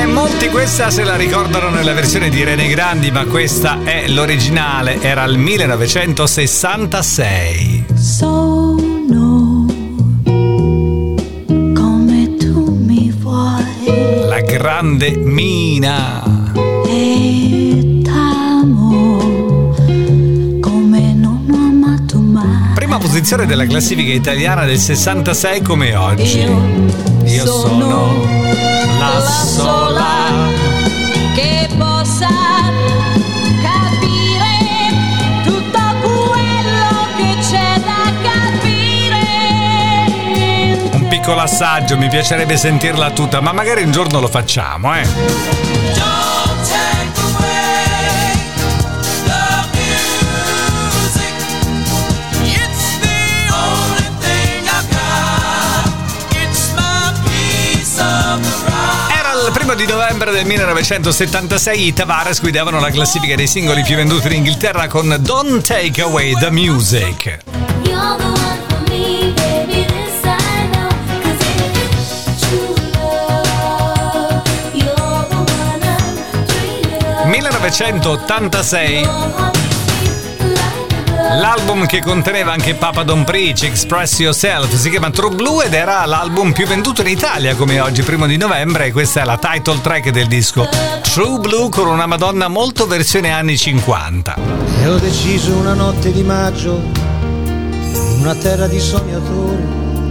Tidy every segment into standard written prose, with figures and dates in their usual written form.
Molti questa se la ricordano nella versione di Rene Grandi, ma questa è l'originale, era il 1966. Sono come tu mi vuoi, La grande Mina. e t'amo come non ho amato mai. Prima posizione della classifica italiana del 66 come oggi. Io sono la sola che possa capire tutto quello che c'è da capire. Un piccolo assaggio, mi piacerebbe sentirla tutta, ma magari un giorno lo facciamo, Il 1 di novembre del 1976 i Tavares guidavano la classifica dei singoli più venduti in Inghilterra con Don't Take Away the Music. 1986, l'album che conteneva anche Papa Don't Preach, Express Yourself, si chiama True Blue ed era l'album più venduto in Italia come oggi, 1 di novembre, e questa è la title track del disco. True Blue con una Madonna molto versione anni 50. E ho deciso una notte di maggio, in una terra di sognatori,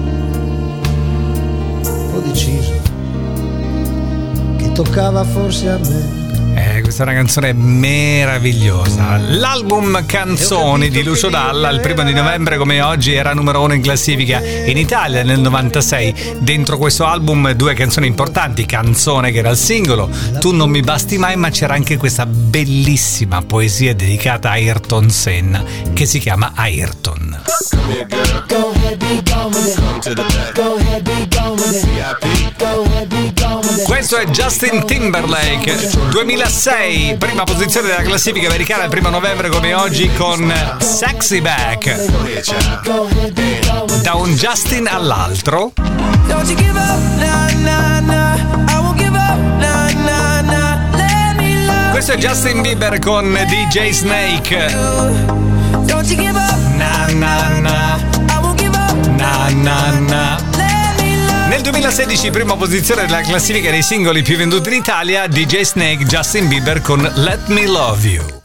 ho deciso che toccava forse a me. Questa è una canzone meravigliosa. L'album Canzoni di Lucio Dalla, il 1 di novembre come oggi, era numero 1 in classifica in Italia nel 96. Dentro questo album due canzoni importanti: Canzone, che era il singolo, Tu non mi basti mai, ma c'era anche questa bellissima poesia dedicata a Ayrton Senna che si chiama Ayrton. Questo è Justin Timberlake, 2006, prima posizione della classifica americana il 1 novembre come oggi con Sexy Back. Da un Justin all'altro. Questo è Justin Bieber con DJ Snake. Na na na, na na na. Nel 2016, prima posizione della classifica dei singoli più venduti in Italia, DJ Snake, Justin Bieber con Let Me Love You.